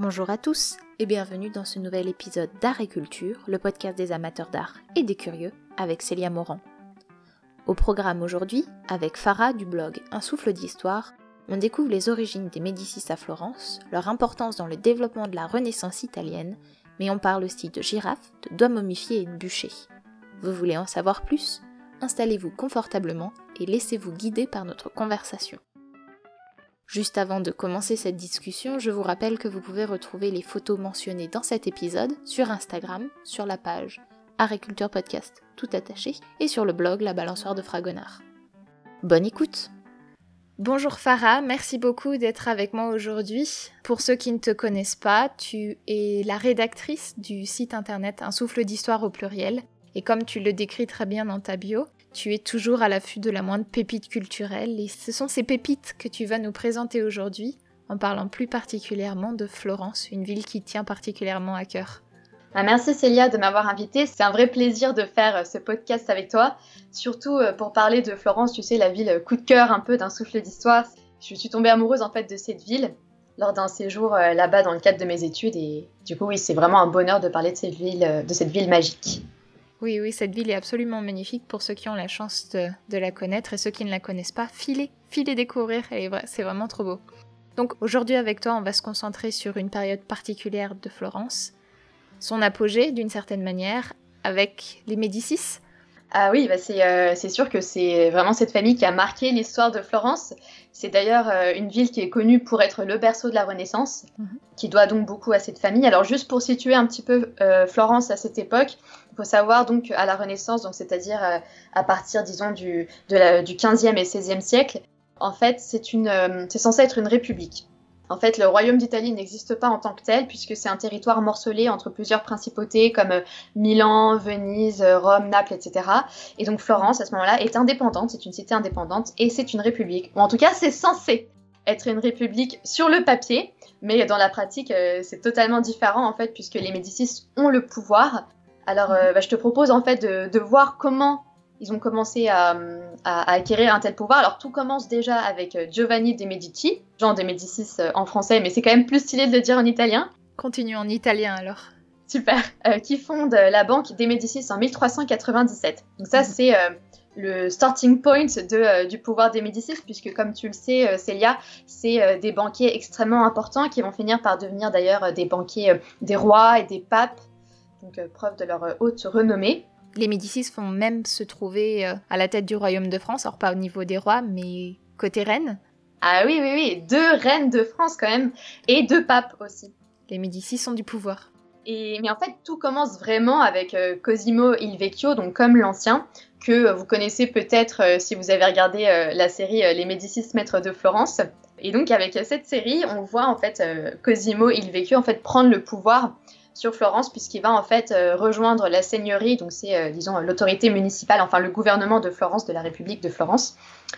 Bonjour à tous et bienvenue dans ce nouvel épisode d'Art et Culture, le podcast des amateurs d'art et des curieux avec Célia Morand. Au programme aujourd'hui, avec Farah du blog Un souffle d'histoire, on découvre les origines des Médicis à Florence, leur importance dans le développement de la Renaissance italienne, mais on parle aussi de girafes, de doigts momifiés et de bûchers. Vous voulez en savoir plus ? Installez-vous confortablement et laissez-vous guider par notre conversation. Juste avant de commencer cette discussion, je vous rappelle que vous pouvez retrouver les photos mentionnées dans cet épisode sur Instagram, sur la page Art et Culture Podcast, tout attaché, et sur le blog La Balançoire de Fragonard. Bonne écoute! Bonjour Farah, merci beaucoup d'être avec moi aujourd'hui. Pour ceux qui ne te connaissent pas, tu es la rédactrice du site internet Un souffle d'histoire au pluriel, et comme tu le décris très bien dans ta bio, tu es toujours à l'affût de la moindre pépite culturelle, et ce sont ces pépites que tu vas nous présenter aujourd'hui, en parlant plus particulièrement de Florence, une ville qui tient particulièrement à cœur. Merci Célia de m'avoir invitée, c'est un vrai plaisir de faire ce podcast avec toi, surtout pour parler de Florence, tu sais, la ville coup de cœur un peu d'un souffle d'histoire. Je suis tombée amoureuse en fait de cette ville lors d'un séjour là-bas dans le cadre de mes études, et du coup oui, c'est vraiment un bonheur de parler de cette ville magique. Oui, cette ville est absolument magnifique pour ceux qui ont la chance de la connaître, et ceux qui ne la connaissent pas, filez découvrir, c'est vraiment trop beau. Donc aujourd'hui avec toi, on va se concentrer sur une période particulière de Florence, son apogée d'une certaine manière, avec les Médicis. Ah oui, c'est sûr que c'est vraiment cette famille qui a marqué l'histoire de Florence. C'est d'ailleurs une ville qui est connue pour être le berceau de la Renaissance, qui doit donc beaucoup à cette famille. Alors juste pour situer un petit peu Florence à cette époque, il faut savoir donc à la Renaissance, donc c'est-à-dire à partir disons du 15e et 16e siècle, en fait c'est censé être une république. En fait, le royaume d'Italie n'existe pas en tant que tel, puisque c'est un territoire morcelé entre plusieurs principautés comme Milan, Venise, Rome, Naples, etc. Et donc Florence, à ce moment-là, est indépendante, c'est une cité indépendante, et c'est une république. Ou en tout cas, c'est censé être une république sur le papier, mais dans la pratique, c'est totalement différent, en fait, puisque les Médicis ont le pouvoir. Alors, je te propose, en fait, de voir comment ils ont commencé à acquérir un tel pouvoir. Alors tout commence déjà avec Giovanni de' Medici, Jean de Médicis en français, mais c'est quand même plus stylé de le dire en italien. Continue en italien alors. Super. Qui fonde la banque des Médicis en 1397. Donc ça c'est le starting point du pouvoir des Médicis, puisque comme tu le sais Célia, c'est des banquiers extrêmement importants qui vont finir par devenir d'ailleurs des banquiers des rois et des papes, donc preuve de leur haute renommée. Les Médicis vont même se trouver à la tête du royaume de France, alors pas au niveau des rois, mais côté reine. Ah oui, 2 reines de France quand même, et 2 papes aussi. Les Médicis ont du pouvoir. Mais en fait, tout commence vraiment avec Cosimo il Vecchio, donc comme l'Ancien, que vous connaissez peut-être si vous avez regardé la série Les Médicis maîtres de Florence. Et donc avec cette série, on voit en fait Cosimo il Vecchio en fait prendre le pouvoir sur Florence, puisqu'il va en fait rejoindre la seigneurie, donc c'est disons l'autorité municipale, enfin le gouvernement de Florence, de la République de Florence.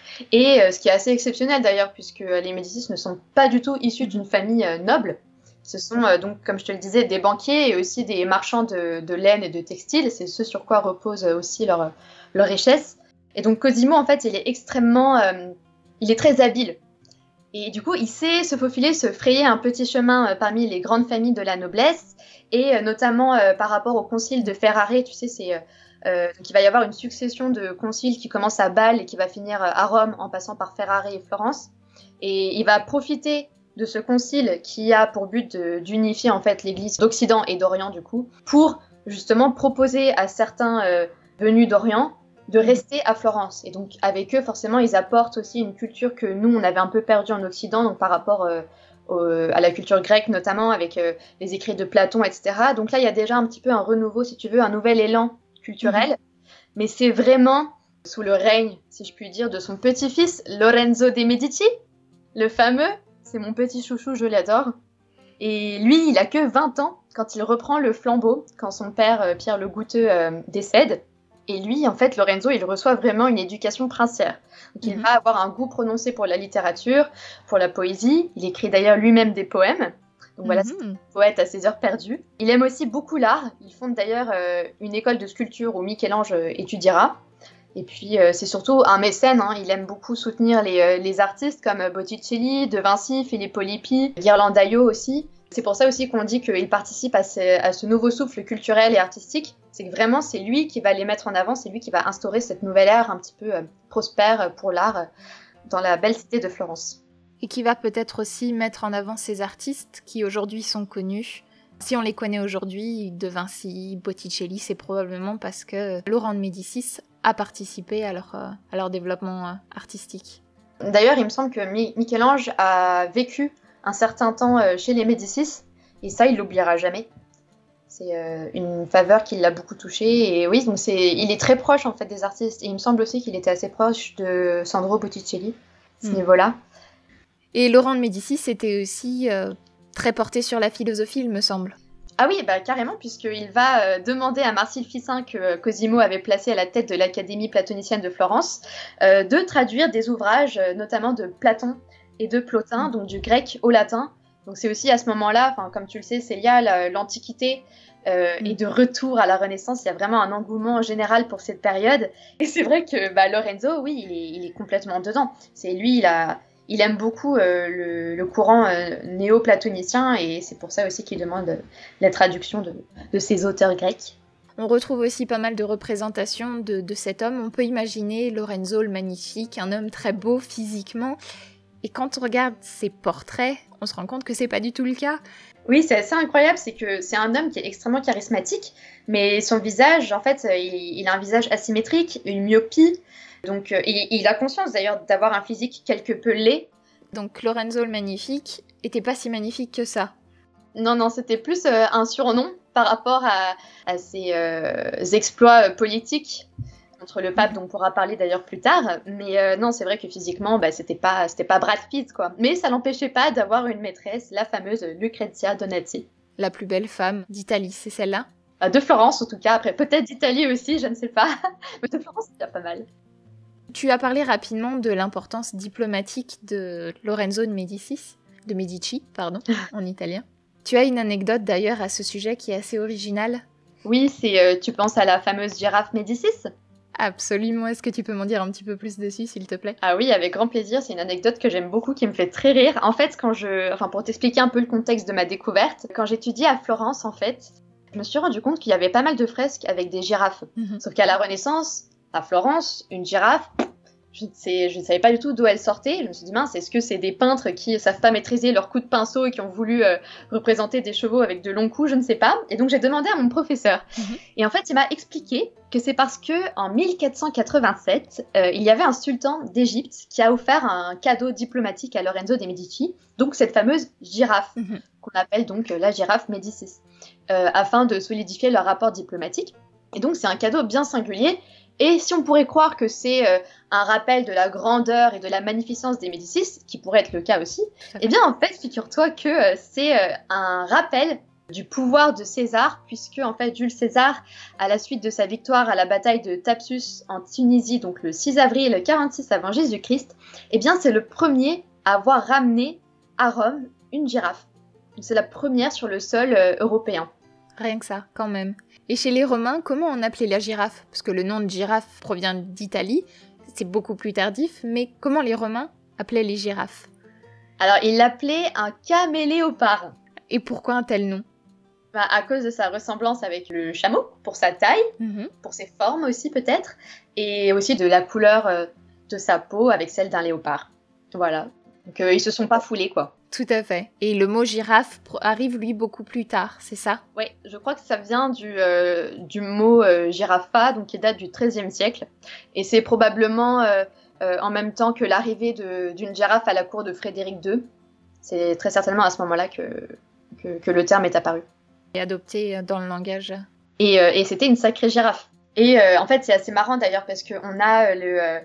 Et ce qui est assez exceptionnel d'ailleurs, puisque les Médicis ne sont pas du tout issus d'une famille noble. Ce sont donc, comme je te le disais, des banquiers et aussi des marchands de laine et de textiles. C'est ce sur quoi repose aussi leur richesse. Et donc Cosimo, en fait, il est très habile. Et du coup, il sait se faufiler, se frayer un petit chemin parmi les grandes familles de la noblesse, et notamment par rapport au concile de Ferrare, tu sais, donc il va y avoir une succession de conciles qui commencent à Bâle et qui va finir à Rome en passant par Ferrare et Florence. Et il va profiter de ce concile qui a pour but d'unifier en fait l'Église d'Occident et d'Orient du coup, pour justement proposer à certains venus d'Orient de rester à Florence. Et donc avec eux, forcément, ils apportent aussi une culture que nous, on avait un peu perdue en Occident, donc par rapport à la culture grecque notamment, avec les écrits de Platon, etc. Donc là, il y a déjà un petit peu un renouveau, si tu veux, un nouvel élan culturel. Mais c'est vraiment sous le règne, si je puis dire, de son petit-fils, Lorenzo de' Medici, le fameux, c'est mon petit chouchou, je l'adore. Et lui, il a que 20 ans quand il reprend le flambeau, quand son père, Pierre le Goutteux, décède. Et lui, en fait, Lorenzo, il reçoit vraiment une éducation princière. Donc il va avoir un goût prononcé pour la littérature, pour la poésie. Il écrit d'ailleurs lui-même des poèmes. Donc voilà, c'est un poète à ses heures perdues. Il aime aussi beaucoup l'art. Il fonde d'ailleurs une école de sculpture où Michel-Ange étudiera. Et puis c'est surtout un mécène, hein. Il aime beaucoup soutenir les artistes comme Botticelli, De Vinci, Filippo Lippi, Ghirlandaio aussi. C'est pour ça aussi qu'on dit qu'il participe à ce nouveau souffle culturel et artistique. C'est que vraiment, c'est lui qui va les mettre en avant, c'est lui qui va instaurer cette nouvelle ère un petit peu prospère pour l'art dans la belle cité de Florence. Et qui va peut-être aussi mettre en avant ces artistes qui aujourd'hui sont connus. Si on les connaît aujourd'hui, De Vinci, Botticelli, c'est probablement parce que Laurent de Médicis a participé à leur développement artistique. D'ailleurs, il me semble que Michel-Ange a vécu un certain temps chez les Médicis, et ça, il l'oubliera jamais. C'est une faveur qui l'a beaucoup touché, et oui, donc il est très proche en fait des artistes, et il me semble aussi qu'il était assez proche de Sandro Botticelli, à ce niveau-là. Et Laurent de Médicis était aussi très porté sur la philosophie, il me semble. Ah oui, bah carrément, puisqu'il va demander à Marcille Ficin, que Cosimo avait placé à la tête de l'Académie platonicienne de Florence, de traduire des ouvrages, notamment de Platon et de Plotin, donc du grec au latin. Donc c'est aussi à ce moment-là, comme tu le sais, Célia, l'Antiquité est de retour à la Renaissance. Il y a vraiment un engouement général pour cette période. Et c'est vrai que Lorenzo, oui, il est complètement dedans. C'est lui, il aime beaucoup le courant néo-platonicien, et c'est pour ça aussi qu'il demande la traduction de ces auteurs grecs. On retrouve aussi pas mal de représentations de cet homme. On peut imaginer Lorenzo le Magnifique, un homme très beau physiquement. Et quand on regarde ses portraits, on se rend compte que c'est pas du tout le cas. Oui, c'est assez incroyable, c'est que c'est un homme qui est extrêmement charismatique, mais son visage, en fait, il a un visage asymétrique, une myopie. Donc, il a conscience d'ailleurs d'avoir un physique quelque peu laid. Donc Lorenzo le Magnifique était pas si magnifique que ça. Non, c'était plus un surnom par rapport à ses exploits politiques contre le pape, dont on pourra parler d'ailleurs plus tard. Mais non, c'est vrai que physiquement, c'était pas Brad Pitt, quoi. Mais ça l'empêchait pas d'avoir une maîtresse, la fameuse Lucrezia Donati. La plus belle femme d'Italie, c'est celle-là ? De Florence, en tout cas. Après, peut-être d'Italie aussi, je ne sais pas. Mais de Florence, c'est déjà pas mal. Tu as parlé rapidement de l'importance diplomatique de Lorenzo de Medici, en italien. Tu as une anecdote d'ailleurs à ce sujet qui est assez originale. Oui, tu penses à la fameuse girafe Médicis ? Absolument, est-ce que tu peux m'en dire un petit peu plus dessus, s'il te plaît ? Ah oui, avec grand plaisir, c'est une anecdote que j'aime beaucoup, qui me fait très rire. En fait, pour t'expliquer un peu le contexte de ma découverte, quand j'étudiais à Florence, en fait, je me suis rendu compte qu'il y avait pas mal de fresques avec des girafes. Sauf qu'à la Renaissance, à Florence, une girafe, je ne savais pas du tout d'où elle sortait. Je me suis dit, mince, est-ce que c'est des peintres qui savent pas maîtriser leur coup de pinceau et qui ont voulu représenter des chevaux avec de longs coups, je ne sais pas. Et donc j'ai demandé à mon professeur. Et en fait, il m'a expliqué que c'est parce que en 1487, il y avait un sultan d'Égypte qui a offert un cadeau diplomatique à Lorenzo de Medici, donc cette fameuse girafe, qu'on appelle donc la girafe Médicis, afin de solidifier leur rapport diplomatique. Et donc c'est un cadeau bien singulier. Et si on pourrait croire que c'est un rappel de la grandeur et de la magnificence des Médicis, qui pourrait être le cas aussi, eh bien en fait, figure-toi que c'est un rappel du pouvoir de César, puisque en fait Jules César, à la suite de sa victoire à la bataille de Thapsus en Tunisie, donc le 6 avril 46 avant Jésus-Christ, eh bien c'est le premier à avoir ramené à Rome une girafe. Donc c'est la première sur le sol européen. Rien que ça, quand même. Et chez les Romains, comment on appelait la girafe ? Parce que le nom de girafe provient d'Italie, c'est beaucoup plus tardif, mais comment les Romains appelaient les girafes ? Alors, ils l'appelaient un caméléopard. Et pourquoi un tel nom ? À cause de sa ressemblance avec le chameau, pour sa taille, pour ses formes aussi peut-être, et aussi de la couleur de sa peau avec celle d'un léopard. Voilà. Donc ils se sont pas foulés, quoi. Tout à fait. Et le mot girafe arrive, lui, beaucoup plus tard, c'est ça ? Oui, je crois que ça vient du mot girafa, donc qui date du XIIIe siècle. Et c'est probablement en même temps que l'arrivée d'une girafe à la cour de Frédéric II. C'est très certainement à ce moment-là que le terme est apparu. Et adopté dans le langage. Et c'était une sacrée girafe. Et en fait, c'est assez marrant d'ailleurs, parce qu'on a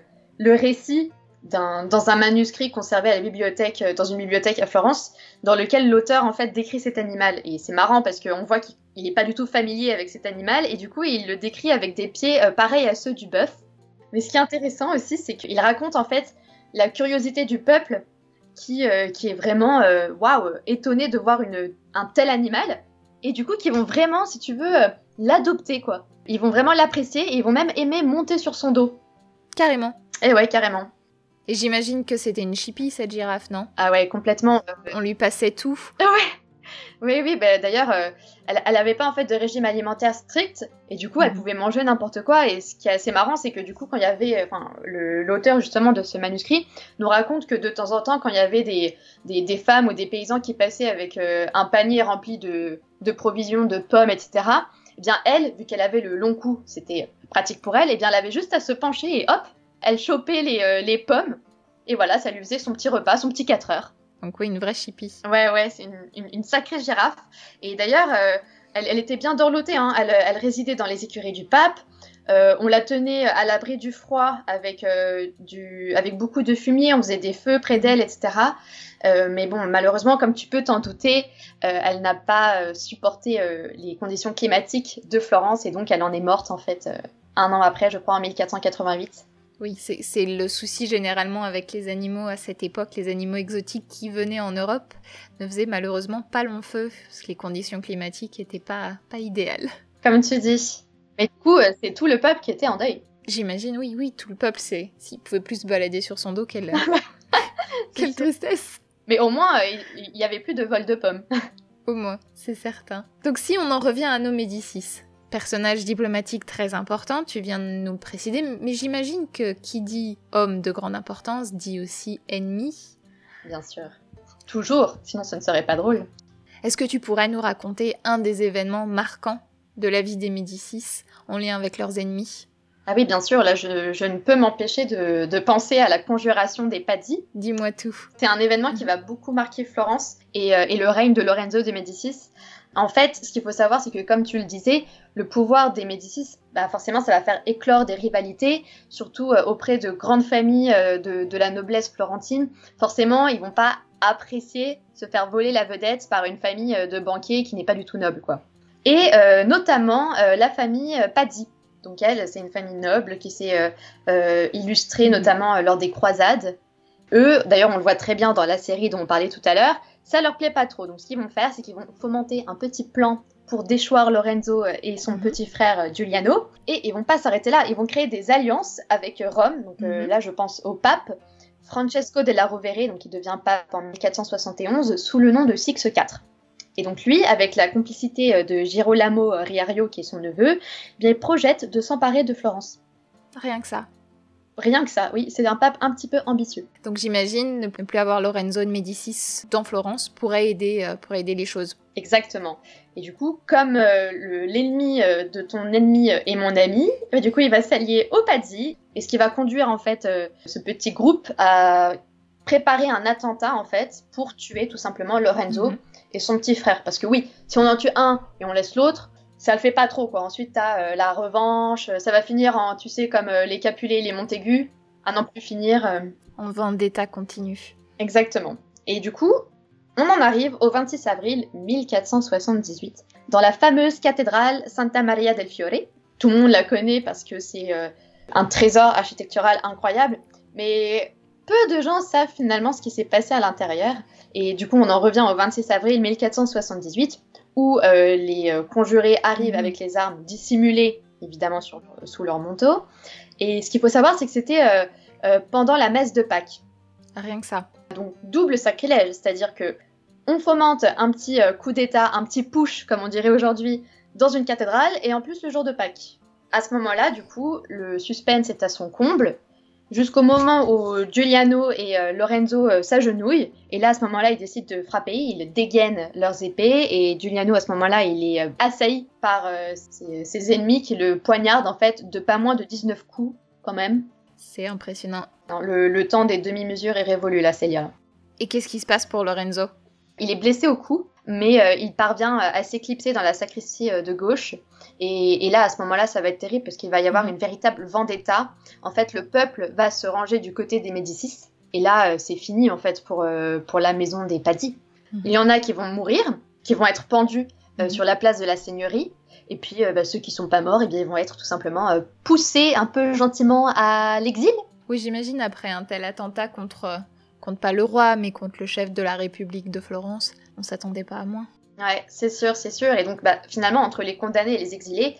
le récit dans un manuscrit conservé à la bibliothèque, dans une bibliothèque à Florence, dans lequel l'auteur en fait décrit cet animal. Et c'est marrant parce qu'on voit qu'il n'est pas du tout familier avec cet animal, et du coup il le décrit avec des pieds pareils à ceux du bœuf. Mais ce qui est intéressant aussi, c'est qu'il raconte en fait la curiosité du peuple qui est vraiment étonné de voir un tel animal, et du coup qui vont vraiment, si tu veux, l'adopter, quoi. Ils vont vraiment l'apprécier, et ils vont même aimer monter sur son dos. Carrément. Et ouais, carrément. Et j'imagine que c'était une chippie, cette girafe, non ? Ah ouais, complètement. On lui passait tout. Ouais. Oui, oui, bah, d'ailleurs, elle avait pas en fait de régime alimentaire strict, et du coup, elle pouvait manger n'importe quoi. Et ce qui est assez marrant, c'est que du coup, quand il y avait, l'auteur justement de ce manuscrit nous raconte que de temps en temps, quand il y avait des femmes ou des paysans qui passaient avec un panier rempli de provisions, de pommes, etc., eh bien elle, vu qu'elle avait le long cou, c'était pratique pour elle, eh bien elle avait juste à se pencher et hop, elle chopait les pommes, et voilà, ça lui faisait son petit repas, son petit 4 heures. Donc oui, une vraie chippie. Ouais, c'est une sacrée girafe. Et d'ailleurs, elle était bien dorlotée, hein. Elle résidait dans les écuries du pape. On la tenait à l'abri du froid avec beaucoup de fumier. On faisait des feux près d'elle, etc. Mais bon, malheureusement, comme tu peux t'en douter, elle n'a pas supporté les conditions climatiques de Florence, et donc elle en est morte en fait un an après, je crois, en 1488. Oui, c'est le souci généralement avec les animaux à cette époque. Les animaux exotiques qui venaient en Europe ne faisaient malheureusement pas long feu, parce que les conditions climatiques n'étaient pas idéales. Comme tu dis. Mais du coup, c'est tout le peuple qui était en deuil. J'imagine, oui, tout le peuple, s'il pouvait plus se balader sur son dos, quelle tristesse. Mais au moins, il n'y avait plus de vol de pommes. Au moins, c'est certain. Donc si on en revient à nos Médicis, personnage diplomatique très important, tu viens de nous le préciser, mais j'imagine que qui dit homme de grande importance dit aussi ennemi. Bien sûr. Toujours, sinon ce ne serait pas drôle. Est-ce que tu pourrais nous raconter un des événements marquants de la vie des Médicis en lien avec leurs ennemis ? Ah oui, bien sûr, là je ne peux m'empêcher de penser à la conjuration des Pazzi. Dis-moi tout. C'est un événement qui va beaucoup marquer Florence et le règne de Lorenzo de Médicis. En fait, ce qu'il faut savoir, c'est que comme tu le disais, le pouvoir des Médicis, forcément, ça va faire éclore des rivalités, surtout auprès de grandes familles de la noblesse florentine. Forcément, ils vont pas apprécier se faire voler la vedette par une famille de banquiers qui n'est pas du tout noble, quoi. Et notamment la famille Pazzi. Donc elle, c'est une famille noble qui s'est illustrée notamment lors des croisades. Eux, d'ailleurs, on le voit très bien dans la série dont on parlait tout à l'heure, ça leur plaît pas trop. Donc ce qu'ils vont faire, c'est qu'ils vont fomenter un petit plan pour déchoir Lorenzo et son petit frère Giuliano. Et ils vont pas s'arrêter là, ils vont créer des alliances avec Rome. Donc là, je pense au pape Francesco della Rovere, donc il devient pape en 1471 sous le nom de Six IV. Et donc lui, avec la complicité de Girolamo Riario, qui est son neveu, bien, il projette de s'emparer de Florence. Rien que ça. Rien que ça, oui, c'est un pape un petit peu ambitieux. Donc j'imagine ne plus avoir Lorenzo de Médicis dans Florence pourrait aider les choses. Exactement. Et du coup, comme l'ennemi de ton ennemi est mon ami, du coup il va s'allier aux Pazzi, et ce qui va conduire en fait ce petit groupe à préparer un attentat en fait pour tuer tout simplement Lorenzo et son petit frère. Parce que oui, si on en tue un et on laisse l'autre, ça le fait pas trop, quoi. Ensuite, t'as la revanche, ça va finir en, tu sais, comme les Capulet et les Montaigu, à n'en plus finir. En vendetta continue. Exactement. Et du coup, on en arrive au 26 avril 1478, dans la fameuse cathédrale Santa Maria del Fiore. Tout le monde la connaît parce que c'est un trésor architectural incroyable, mais peu de gens savent finalement ce qui s'est passé à l'intérieur. Et du coup, on en revient au 26 avril 1478, où les conjurés arrivent avec les armes dissimulées, évidemment, sous leur manteau. Et ce qu'il faut savoir, c'est que c'était pendant la messe de Pâques. Rien que ça. Donc, double sacrilège, c'est-à-dire que on fomente un petit coup d'état, un petit push, comme on dirait aujourd'hui, dans une cathédrale, et en plus le jour de Pâques. À ce moment-là, du coup, le suspense est à son comble, jusqu'au moment où Giuliano et Lorenzo s'agenouillent. Et là, à ce moment-là, ils décident de frapper, ils dégainent leurs épées, et Giuliano, à ce moment-là, il est assailli par ses ennemis qui le poignardent, en fait, de pas moins de 19 coups, quand même. C'est impressionnant. Non, le temps des demi-mesures est révolu, là, Célia. Et qu'est-ce qui se passe pour Lorenzo ? Il est blessé au cou, mais il parvient à s'éclipser dans la sacristie de gauche. Et là, à ce moment-là, ça va être terrible parce qu'il va y avoir une véritable vendetta. En fait, le peuple va se ranger du côté des Médicis. Et là, c'est fini, en fait, pour la maison des Pazzi. Il y en a qui vont mourir, qui vont être pendus sur la place de la seigneurie. Et puis, ceux qui sont pas morts, eh bien, ils vont être tout simplement poussés un peu gentiment à l'exil. Oui, j'imagine, après un tel attentat contre pas le roi, mais contre le chef de la République de Florence, on s'attendait pas à moins. Ouais, c'est sûr. Et donc, finalement, entre les condamnés et les exilés,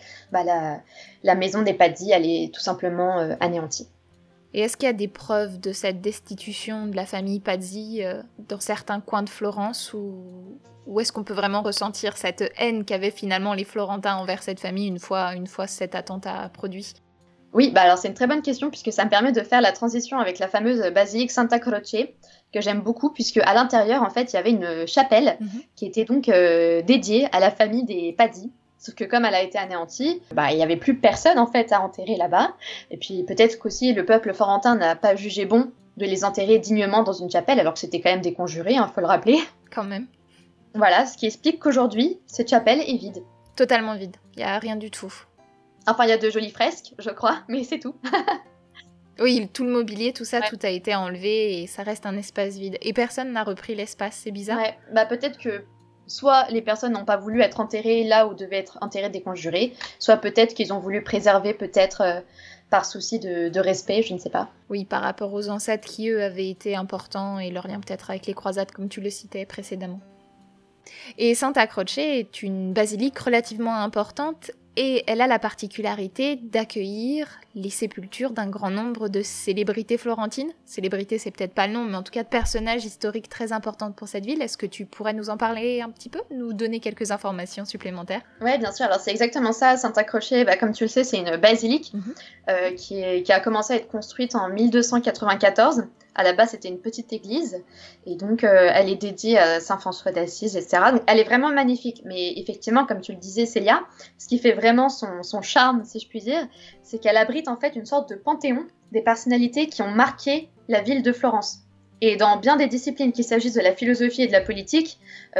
la maison des Pazzi, elle est tout simplement anéantie. Et est-ce qu'il y a des preuves de cette destitution de la famille Pazzi dans certains coins de Florence ou Où est-ce qu'on peut vraiment ressentir cette haine qu'avaient finalement les Florentins envers cette famille une fois cet attentat produit? Oui, bah alors c'est une très bonne question puisque ça me permet de faire la transition avec la fameuse basilique Santa Croce que j'aime beaucoup puisque à l'intérieur en fait il y avait une chapelle qui était donc dédiée à la famille des Padi. Sauf que comme elle a été anéantie, il y avait plus personne en fait à enterrer là-bas. Et puis peut-être qu'aussi le peuple florentin n'a pas jugé bon de les enterrer dignement dans une chapelle alors que c'était quand même des conjurés, faut le rappeler. Quand même. Voilà, ce qui explique qu'aujourd'hui cette chapelle est vide. Totalement vide, il n'y a rien du tout. Enfin, il y a de jolies fresques, je crois, mais c'est tout. Oui, tout le mobilier, tout ça, Ouais. tout a été enlevé et ça reste un espace vide. Et personne n'a repris l'espace, c'est bizarre. Ouais, peut-être que soit les personnes n'ont pas voulu être enterrées là où devaient être enterrés des conjurés, soit peut-être qu'ils ont voulu préserver peut-être par souci de respect, je ne sais pas. Oui, par rapport aux ancêtres qui, eux, avaient été importants et leur lien peut-être avec les croisades, comme tu le citais précédemment. Et Santa Croce est une basilique relativement importante et elle a la particularité d'accueillir les sépultures d'un grand nombre de célébrités florentines. Célébrités, c'est peut-être pas le nom, mais en tout cas de personnages historiques très importants pour cette ville. Est-ce que tu pourrais nous en parler un petit peu, nous donner quelques informations supplémentaires? Ouais, bien sûr. Alors c'est exactement ça. Santa Croce, comme tu le sais, c'est une basilique qui a commencé à être construite en 1294. À la base, c'était une petite église, et donc elle est dédiée à Saint François d'Assise, etc. Donc elle est vraiment magnifique. Mais effectivement, comme tu le disais, Célia, ce qui fait vraiment son charme, si je puis dire, c'est qu'elle abrite en fait une sorte de panthéon des personnalités qui ont marqué la ville de Florence. Et dans bien des disciplines, qu'il s'agisse de la philosophie et de la politique,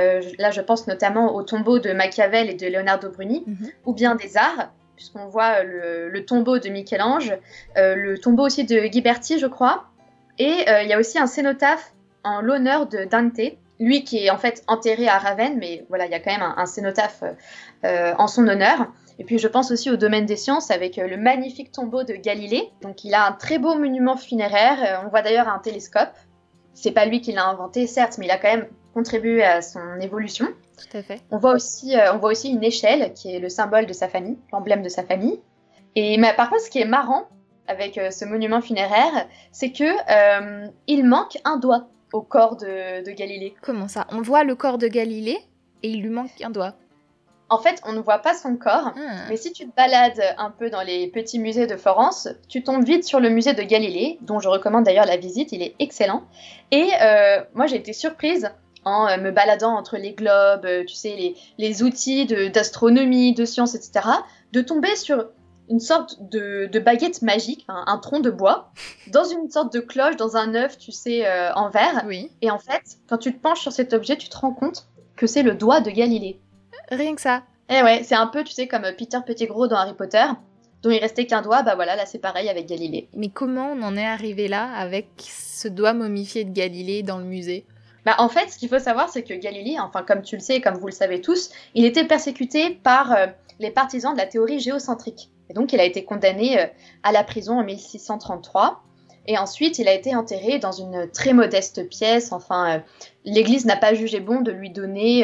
là je pense notamment au tombeau de Machiavel et de Leonardo Bruni, ou bien des arts, puisqu'on voit le tombeau de Michel-Ange, le tombeau aussi de Ghiberti, je crois. Et il y a aussi un cénotaphe en l'honneur de Dante, lui qui est en fait enterré à Ravenne, mais voilà, il y a quand même un cénotaphe en son honneur. Et puis je pense aussi au domaine des sciences avec le magnifique tombeau de Galilée. Donc il a un très beau monument funéraire, on voit d'ailleurs un télescope. C'est pas lui qui l'a inventé, certes, mais il a quand même contribué à son évolution. Tout à fait. On voit aussi une échelle qui est le symbole de sa famille, l'emblème de sa famille. Et mais, par contre, ce qui est marrant avec ce monument funéraire, c'est que il manque un doigt au corps de Galilée. Comment ça? On voit le corps de Galilée et il lui manque un doigt. En fait, on ne voit pas son corps, mais si tu te balades un peu dans les petits musées de Florence, tu tombes vite sur le musée de Galilée, dont je recommande d'ailleurs la visite, il est excellent. Et moi, j'ai été surprise en me baladant entre les globes, tu sais, les outils d'astronomie, de sciences, etc., de tomber sur une sorte de baguette magique, un tronc de bois, dans une sorte de cloche, dans un œuf, tu sais, en verre. Oui. Et en fait, quand tu te penches sur cet objet, tu te rends compte que c'est le doigt de Galilée. Rien que ça. Eh ouais, c'est un peu, tu sais, comme Peter Pettigrew dans Harry Potter, dont il restait qu'un doigt, voilà, là c'est pareil avec Galilée. Mais comment on en est arrivé là, avec ce doigt momifié de Galilée dans le musée? En fait, ce qu'il faut savoir, c'est que Galilée, enfin comme tu le sais et comme vous le savez tous, il était persécuté par les partisans de la théorie géocentrique. Et donc il a été condamné à la prison en 1633. Et ensuite, il a été enterré dans une très modeste pièce. Enfin, l'église n'a pas jugé bon de lui donner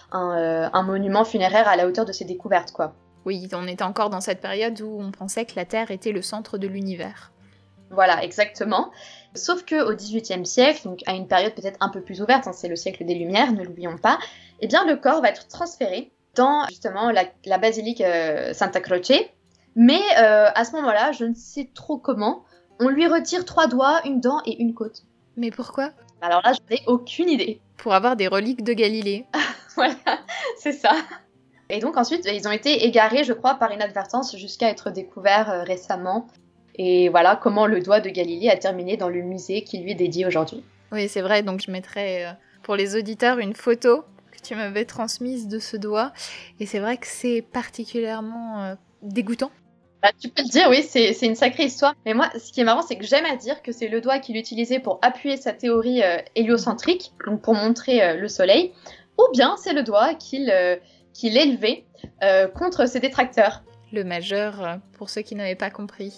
un monument funéraire à la hauteur de ses découvertes, quoi. Oui, on était encore dans cette période où on pensait que la Terre était le centre de l'univers. Voilà, exactement. Sauf qu'au XVIIIe siècle, donc à une période peut-être un peu plus ouverte, c'est le siècle des Lumières, ne l'oublions pas, eh bien le corps va être transféré dans justement la basilique Santa Croce. Mais à ce moment-là, je ne sais trop comment, on lui retire 3 doigts, une dent et une côte. Mais pourquoi? Alors là, je n'ai aucune idée. Pour avoir des reliques de Galilée. Voilà, c'est ça. Et donc ensuite, ils ont été égarés, je crois, par inadvertance jusqu'à être découverts récemment. Et voilà comment le doigt de Galilée a terminé dans le musée qui lui est dédié aujourd'hui. Oui, c'est vrai, donc je mettrai pour les auditeurs une photo que tu m'avais transmise de ce doigt. Et c'est vrai que c'est particulièrement dégoûtant. Tu peux le dire, oui, c'est une sacrée histoire. Mais moi, ce qui est marrant, c'est que j'aime à dire que c'est le doigt qu'il utilisait pour appuyer sa théorie héliocentrique, donc pour montrer le soleil, ou bien c'est le doigt qu'il élevait contre ses détracteurs. Le majeur, pour ceux qui n'avaient pas compris.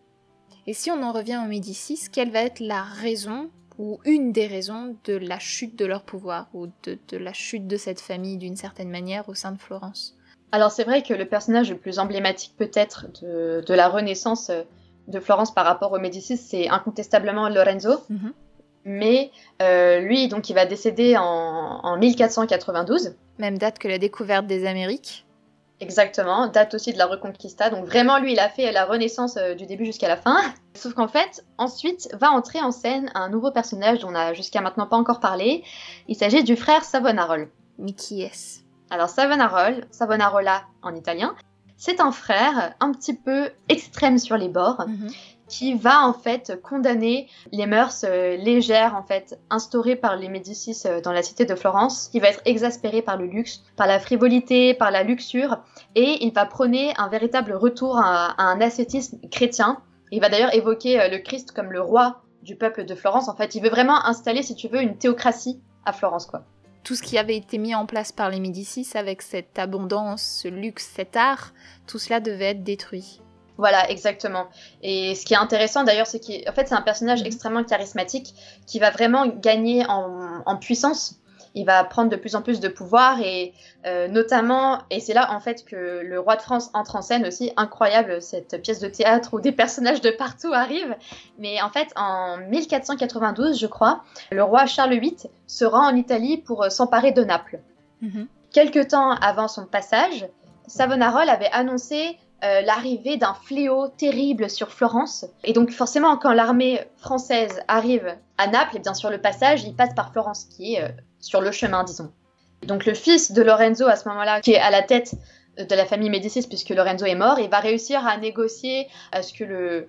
Et si on en revient aux Médicis, quelle va être la raison, ou une des raisons, de la chute de leur pouvoir, ou de la chute de cette famille d'une certaine manière au sein de Florence? Alors c'est vrai que le personnage le plus emblématique peut-être de la renaissance de Florence par rapport aux Médicis, c'est incontestablement Lorenzo. mais lui, donc, il va décéder en 1492. Même date que la découverte des Amériques. Exactement, date aussi de la Reconquista. Donc vraiment, lui, il a fait la Renaissance du début jusqu'à la fin. Sauf qu'en fait, ensuite, va entrer en scène un nouveau personnage dont on n'a jusqu'à maintenant pas encore parlé. Il s'agit du frère Savonarola. Mais qui est-ce ? Alors Savonarola en italien, c'est un frère un petit peu extrême sur les bords, qui va en fait condamner les mœurs légères en fait instaurées par les Médicis dans la cité de Florence. Il va être exaspéré par le luxe, par la frivolité, par la luxure, et il va prôner un véritable retour à un ascétisme chrétien. Il va d'ailleurs évoquer le Christ comme le roi du peuple de Florence. En fait, il veut vraiment installer, si tu veux, une théocratie à Florence, quoi. Tout ce qui avait été mis en place par les Médicis avec cette abondance, ce luxe, cet art, tout cela devait être détruit. Voilà, exactement. Et ce qui est intéressant d'ailleurs, c'est qu'en fait, c'est un personnage extrêmement charismatique qui va vraiment gagner en puissance. Il va prendre de plus en plus de pouvoir et notamment, et c'est là en fait que le roi de France entre en scène aussi, incroyable cette pièce de théâtre où des personnages de partout arrivent. Mais en fait, en 1492, je crois, le roi Charles VIII se rend en Italie pour s'emparer de Naples. Quelque temps avant son passage, Savonarola avait annoncé l'arrivée d'un fléau terrible sur Florence. Et donc forcément, quand l'armée française arrive à Naples, et bien sûr le passage, il passe par Florence, qui est sur le chemin, disons. Donc le fils de Lorenzo, à ce moment-là, qui est à la tête de la famille Médicis, puisque Lorenzo est mort, il va réussir à négocier à ce que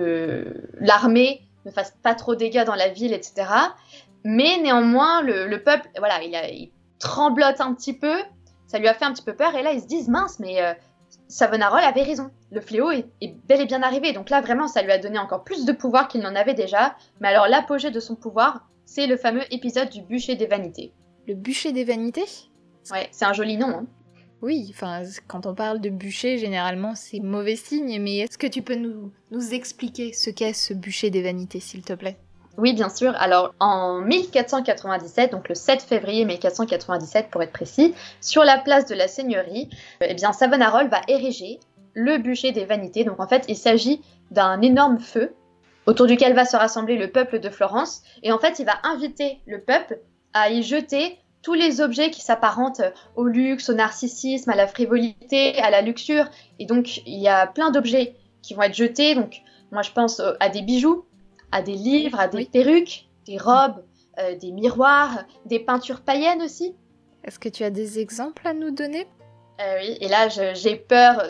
l'armée ne fasse pas trop de dégâts dans la ville, etc. Mais néanmoins, le peuple, voilà, il tremblote un petit peu, ça lui a fait un petit peu peur, et là ils se disent, mince, mais Savonarola avait raison, le fléau est bel et bien arrivé, donc là vraiment ça lui a donné encore plus de pouvoir qu'il n'en avait déjà, mais alors l'apogée de son pouvoir, c'est le fameux épisode du bûcher des vanités. Le bûcher des vanités ? Ouais, c'est un joli nom, hein. Oui, enfin, quand on parle de bûcher, généralement c'est mauvais signe, mais est-ce que tu peux nous expliquer ce qu'est ce bûcher des vanités, s'il te plaît ? Oui, bien sûr. Alors, en 1497, donc le 7 février 1497 pour être précis, sur la place de la Seigneurie, eh bien, Savonarola va ériger le bûcher des vanités. Donc, en fait, il s'agit d'un énorme feu autour duquel va se rassembler le peuple de Florence. Et en fait, il va inviter le peuple à y jeter tous les objets qui s'apparentent au luxe, au narcissisme, à la frivolité, à la luxure. Et donc, il y a plein d'objets qui vont être jetés. Donc, moi, je pense à des bijoux, à des livres, à des perruques, des robes, des miroirs, des peintures païennes aussi. Est-ce que tu as des exemples à nous donner ? Oui, et là j'ai peur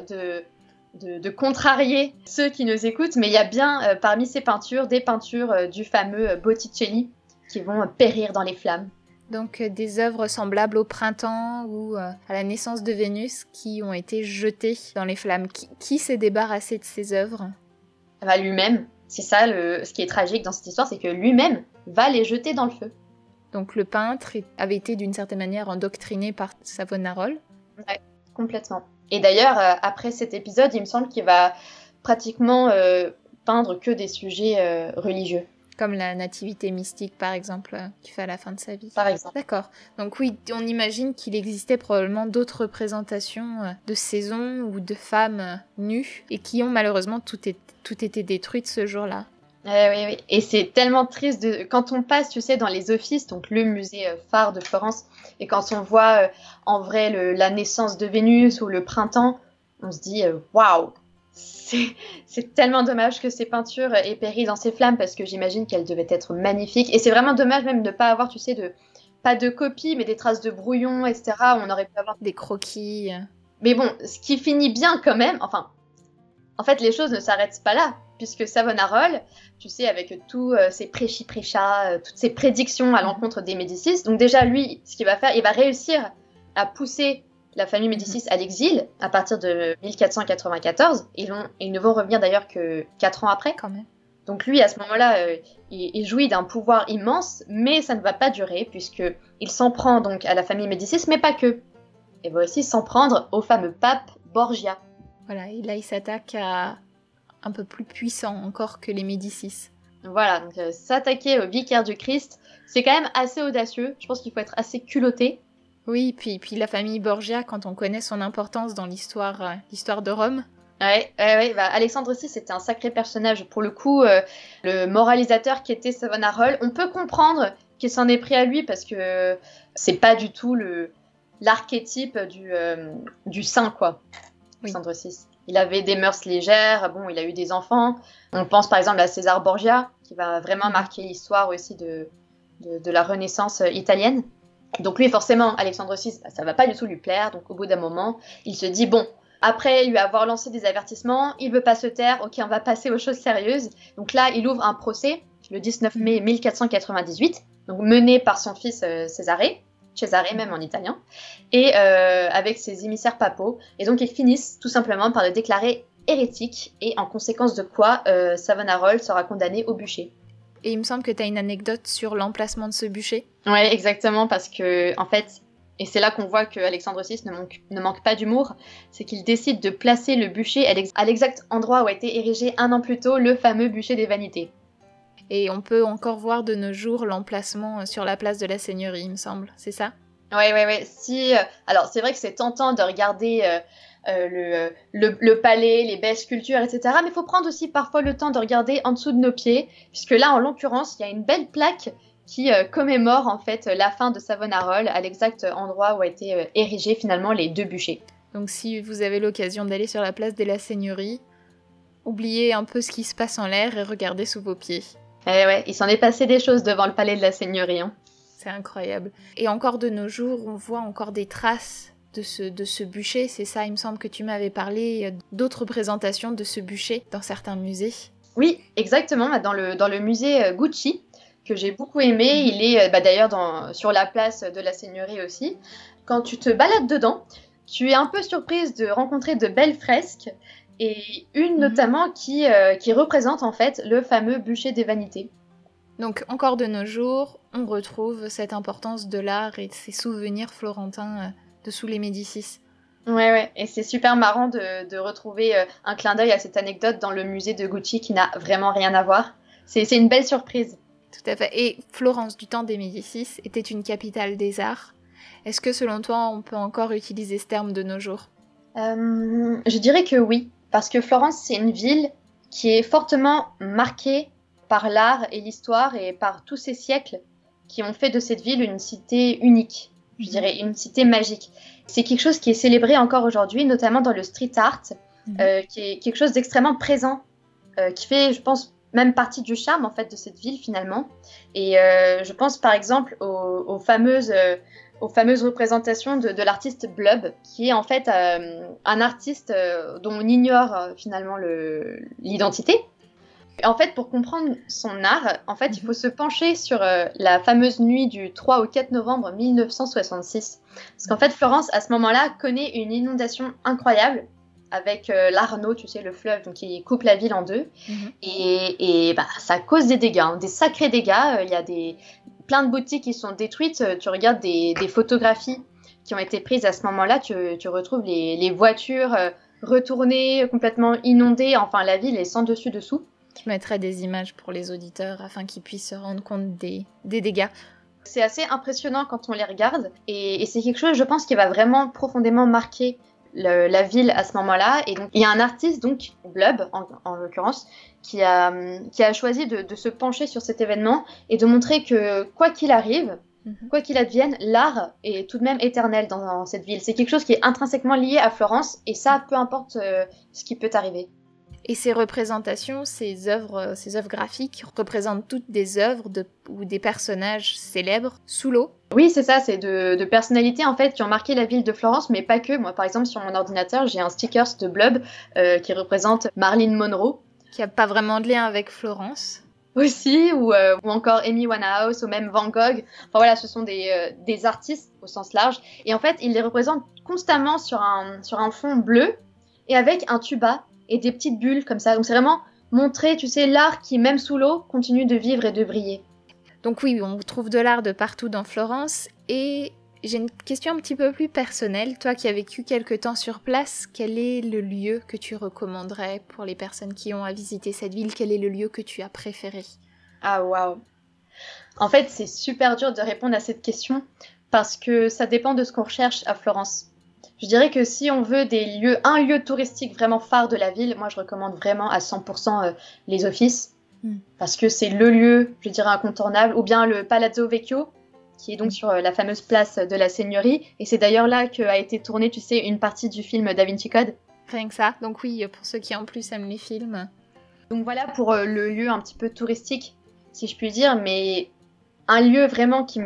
de contrarier ceux qui nous écoutent, mais il y a bien parmi ces peintures des peintures du fameux Botticelli qui vont périr dans les flammes. Donc des œuvres semblables au printemps ou à la naissance de Vénus qui ont été jetées dans les flammes. Qui s'est débarrassé de ces œuvres ? Bah, lui-même. C'est ça, ce qui est tragique dans cette histoire, c'est que lui-même va les jeter dans le feu. Donc le peintre avait été d'une certaine manière endoctriné par Savonarola. Ouais, complètement. Et d'ailleurs, après cet épisode, il me semble qu'il va pratiquement peindre que des sujets religieux. Comme la nativité mystique, par exemple, qu'il fait à la fin de sa vie. Par exemple. D'accord. Donc oui, on imagine qu'il existait probablement d'autres représentations de saisons ou de femmes nues et qui ont malheureusement tout été détruites ce jour-là. Oui. Et c'est tellement triste quand on passe, tu sais, dans les offices, donc le musée phare de Florence, et quand on voit en vrai la naissance de Vénus ou le printemps, on se dit waouh, c'est tellement dommage que ces peintures aient péri dans ces flammes parce que j'imagine qu'elles devaient être magnifiques. Et c'est vraiment dommage même de ne pas avoir, tu sais, pas de copies, mais des traces de brouillon, etc. On aurait pu avoir des croquis. Mais bon, ce qui finit bien quand même, enfin, en fait, les choses ne s'arrêtent pas là, puisque Savonarola, tu sais, avec tous ses prêchis-prêchats, toutes ses prédictions à l'encontre des Médicis, donc déjà, lui, ce qu'il va faire, il va réussir à pousser la famille Médicis à l'exil à partir de 1494. Ils ne vont revenir d'ailleurs que 4 ans après. Quand même. Donc lui, à ce moment-là, il jouit d'un pouvoir immense, mais ça ne va pas durer, puisqu'il s'en prend donc à la famille Médicis, mais pas que. Il va aussi s'en prendre au fameux pape Borgia. Voilà, et là il s'attaque à un peu plus puissant encore que les Médicis. Voilà, donc s'attaquer au vicaire du Christ, c'est quand même assez audacieux. Je pense qu'il faut être assez culotté. Oui, puis la famille Borgia, quand on connaît son importance dans l'histoire de Rome. Ouais, bah, Alexandre VI, c'était un sacré personnage. Pour le coup, le moralisateur qui était Savonarola, on peut comprendre qu'il s'en est pris à lui parce que c'est pas du tout l'archétype du saint, quoi. Oui. Alexandre VI. Il avait des mœurs légères, bon, il a eu des enfants. On pense par exemple à César Borgia, qui va vraiment marquer l'histoire aussi de la Renaissance italienne. Donc lui, forcément, Alexandre VI, bah, ça va pas du tout lui plaire. Donc au bout d'un moment, il se dit, bon, après lui avoir lancé des avertissements, il veut pas se taire, ok, on va passer aux choses sérieuses. Donc là, il ouvre un procès le 19 mai 1498, donc mené par son fils Cesare même en italien, et avec ses émissaires papaux. Et donc ils finissent tout simplement par le déclarer hérétique, et en conséquence de quoi Savonarola sera condamné au bûcher. Et il me semble que tu as une anecdote sur l'emplacement de ce bûcher. Ouais, exactement, parce que en fait, et c'est là qu'on voit que Alexandre VI ne manque pas d'humour, c'est qu'il décide de placer le bûcher à l'exact endroit où a été érigé un an plus tôt le fameux bûcher des Vanités. Et on peut encore voir de nos jours l'emplacement sur la place de la Seigneurie, il me semble, c'est ça ? Ouais. Alors, c'est vrai que c'est tentant de regarder le palais, les belles sculptures, etc. Mais il faut prendre aussi parfois le temps de regarder en dessous de nos pieds, puisque là, en l'occurrence, il y a une belle plaque qui commémore en fait la fin de Savonarola à l'exact endroit où a été érigé finalement les deux bûchers. Donc si vous avez l'occasion d'aller sur la place de la Seigneurie, oubliez un peu ce qui se passe en l'air et regardez sous vos pieds. Ouais, il s'en est passé des choses devant le palais de la Seigneurie. Hein. C'est incroyable. Et encore de nos jours, on voit encore des traces de ce bûcher. C'est ça, il me semble que tu m'avais parlé d'autres représentations de ce bûcher dans certains musées. Oui, exactement. Dans le musée Gucci, que j'ai beaucoup aimé, il est d'ailleurs sur la place de la Seigneurie aussi. Quand tu te balades dedans, tu es un peu surprise de rencontrer de belles fresques, et une notamment qui représente en fait le fameux bûcher des Vanités. Donc encore de nos jours, on retrouve cette importance de l'art et de ces souvenirs florentins dessous les Médicis. Ouais, et c'est super marrant de retrouver un clin d'œil à cette anecdote dans le musée de Gucci qui n'a vraiment rien à voir. C'est une belle surprise. Tout à fait. Et Florence, du temps des Médicis, était une capitale des arts. Est-ce que selon toi, on peut encore utiliser ce terme de nos jours ? Je dirais que oui, parce que Florence, c'est une ville qui est fortement marquée par l'art et l'histoire et par tous ces siècles qui ont fait de cette ville une cité unique, je dirais une cité magique. C'est quelque chose qui est célébré encore aujourd'hui, notamment dans le street art, qui est quelque chose d'extrêmement présent, qui fait, je pense, même partie du charme en fait de cette ville finalement. Et je pense par exemple aux fameuses représentations de l'artiste Blub, qui est en fait un artiste dont on ignore finalement l'identité. En fait, pour comprendre son art, en fait, il faut se pencher sur la fameuse nuit du 3 au 4 novembre 1966. Parce qu'en fait, Florence, à ce moment-là, connaît une inondation incroyable avec l'Arno, tu sais, le fleuve donc, qui coupe la ville en deux. Et ça cause des dégâts, hein, des sacrés dégâts. Il y a plein de boutiques qui sont détruites. Tu regardes des photographies qui ont été prises à ce moment-là, tu retrouves les voitures retournées, complètement inondées. Enfin, la ville est sans dessus-dessous. Je mettrai des images pour les auditeurs afin qu'ils puissent se rendre compte des dégâts. C'est assez impressionnant quand on les regarde. Et c'est quelque chose, je pense, qui va vraiment profondément marquer la ville à ce moment-là. Et donc, il y a un artiste, donc Blub, en l'occurrence, qui a choisi de se pencher sur cet événement et de montrer que, quoi qu'il arrive, quoi qu'il advienne, l'art est tout de même éternel dans cette ville. C'est quelque chose qui est intrinsèquement lié à Florence, et ça, peu importe ce qui peut arriver. Et ces représentations, ces œuvres graphiques représentent toutes des œuvres ou des personnages célèbres sous l'eau. Oui, c'est ça, c'est de personnalités en fait qui ont marqué la ville de Florence, mais pas que. Moi, par exemple, sur mon ordinateur, j'ai un sticker de Blub qui représente Marilyn Monroe. Qui n'a pas vraiment de lien avec Florence. Aussi, ou encore Amy Winehouse, ou même Van Gogh. Enfin voilà, ce sont des artistes au sens large. Et en fait, ils les représentent constamment sur un fond bleu et avec un tuba et des petites bulles comme ça. Donc c'est vraiment montrer, tu sais, l'art qui, même sous l'eau, continue de vivre et de briller. Donc oui, on trouve de l'art de partout dans Florence. Et j'ai une question un petit peu plus personnelle. Toi qui as vécu quelque temps sur place, quel est le lieu que tu recommanderais pour les personnes qui ont à visiter cette ville ? Quel est le lieu que tu as préféré ? Ah waouh. En fait, c'est super dur de répondre à cette question parce que ça dépend de ce qu'on recherche à Florence. Je dirais que si on veut un lieu touristique vraiment phare de la ville, moi je recommande vraiment à 100% les Offices, parce que c'est le lieu, je dirais, incontournable, ou bien le Palazzo Vecchio, qui est donc sur la fameuse place de la Seigneurie, et c'est d'ailleurs là qu'a été tournée, tu sais, une partie du film Da Vinci Code. Rien que ça, donc oui, pour ceux qui en plus aiment les films. Donc voilà pour le lieu un petit peu touristique, si je puis dire, mais un lieu vraiment qui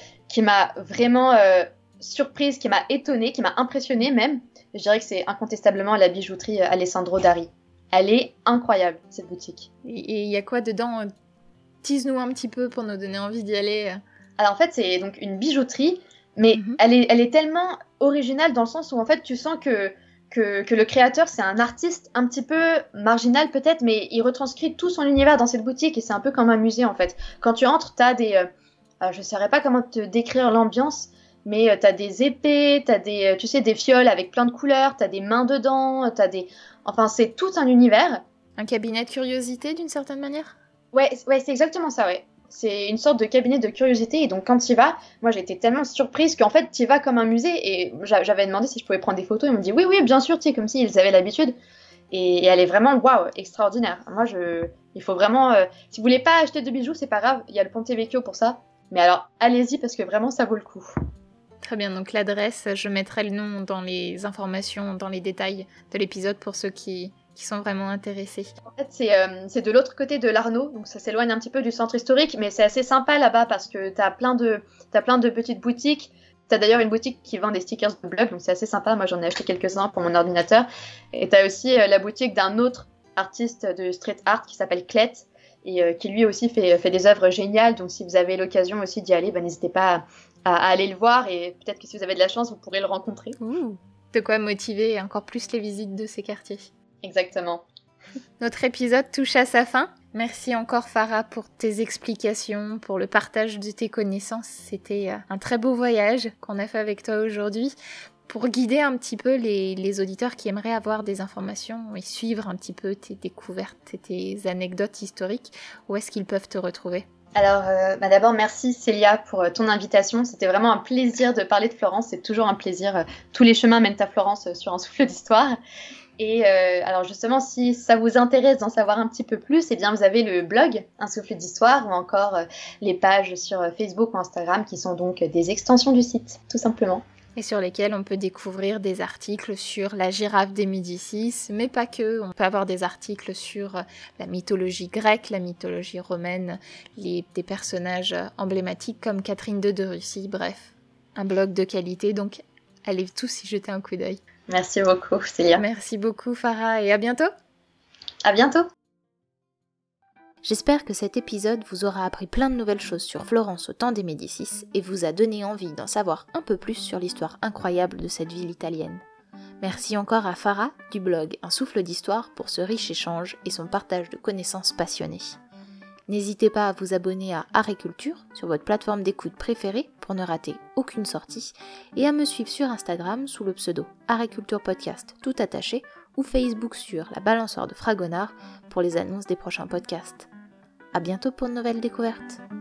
m'a vraiment surprise, qui m'a étonnée, qui m'a impressionnée même. Je dirais que c'est incontestablement la bijouterie Alessandro Dari. Elle est incroyable, cette boutique. Et il y a quoi dedans? Tease-nous un petit peu pour nous donner envie d'y aller. Alors en fait, c'est donc une bijouterie, mais elle est tellement originale dans le sens où en fait tu sens que le créateur, c'est un artiste un petit peu marginal peut-être, mais il retranscrit tout son univers dans cette boutique et c'est un peu comme un musée en fait. Quand tu entres, t'as des... je ne saurais pas comment te décrire l'ambiance, mais t'as des épées, t'as des, tu sais, des fioles avec plein de couleurs, t'as des mains dedans, t'as des... Enfin, c'est tout un univers. Un cabinet de curiosité d'une certaine manière? Ouais, c'est exactement ça, ouais. C'est une sorte de cabinet de curiosité et donc quand tu y vas, moi j'ai été tellement surprise qu'en fait tu y vas comme un musée et j'avais demandé si je pouvais prendre des photos, ils m'ont dit oui bien sûr, tu sais, comme s'ils avaient l'habitude et elle est vraiment waouh, extraordinaire. Moi il faut vraiment, si vous voulez pas acheter de bijoux c'est pas grave, il y a le Ponte Vecchio pour ça, mais alors allez-y parce que vraiment ça vaut le coup. Très bien, donc l'adresse, je mettrai le nom dans les informations, dans les détails de l'épisode pour ceux qui sont vraiment intéressés. En fait, c'est de l'autre côté de l'Arnaud, donc ça s'éloigne un petit peu du centre historique, mais c'est assez sympa là-bas parce que t'as plein de petites boutiques. T'as d'ailleurs une boutique qui vend des stickers de blog, donc c'est assez sympa. Moi, j'en ai acheté quelques-uns pour mon ordinateur. Et t'as aussi la boutique d'un autre artiste de street art qui s'appelle Clette et qui lui aussi fait des œuvres géniales. Donc si vous avez l'occasion aussi d'y aller, n'hésitez pas à aller le voir et peut-être que si vous avez de la chance, vous pourrez le rencontrer. Ouh, de quoi motiver encore plus les visites de ces quartiers. Exactement. Notre épisode touche à sa fin. Merci encore Farah pour tes explications, pour le partage de tes connaissances. C'était un très beau voyage qu'on a fait avec toi aujourd'hui pour guider un petit peu les auditeurs qui aimeraient avoir des informations et suivre un petit peu tes découvertes et tes anecdotes historiques. Où est-ce qu'ils peuvent te retrouver ? Alors, d'abord, merci Célia pour ton invitation. C'était vraiment un plaisir de parler de Florence. C'est toujours un plaisir. Tous les chemins mènent à Florence sur un souffle d'histoire. Et alors justement, si ça vous intéresse d'en savoir un petit peu plus, eh bien vous avez le blog Un souffle d'histoire ou encore les pages sur Facebook ou Instagram qui sont donc des extensions du site, tout simplement. Et sur lesquels on peut découvrir des articles sur la girafe des Médicis, mais pas que. On peut avoir des articles sur la mythologie grecque, la mythologie romaine, des personnages emblématiques comme Catherine II de Russie, bref. Un blog de qualité, donc allez tous y jeter un coup d'œil. Merci beaucoup, Célia. Merci beaucoup, Farah, et à bientôt. À bientôt. J'espère que cet épisode vous aura appris plein de nouvelles choses sur Florence au temps des Médicis et vous a donné envie d'en savoir un peu plus sur l'histoire incroyable de cette ville italienne. Merci encore à Farah du blog Un souffle d'histoire pour ce riche échange et son partage de connaissances passionnées. N'hésitez pas à vous abonner à Aréculture sur votre plateforme d'écoute préférée pour ne rater aucune sortie et à me suivre sur Instagram sous le pseudo Aréculture Podcast tout attaché ou Facebook sur la balançoire de Fragonard pour les annonces des prochains podcasts. À bientôt pour de nouvelles découvertes.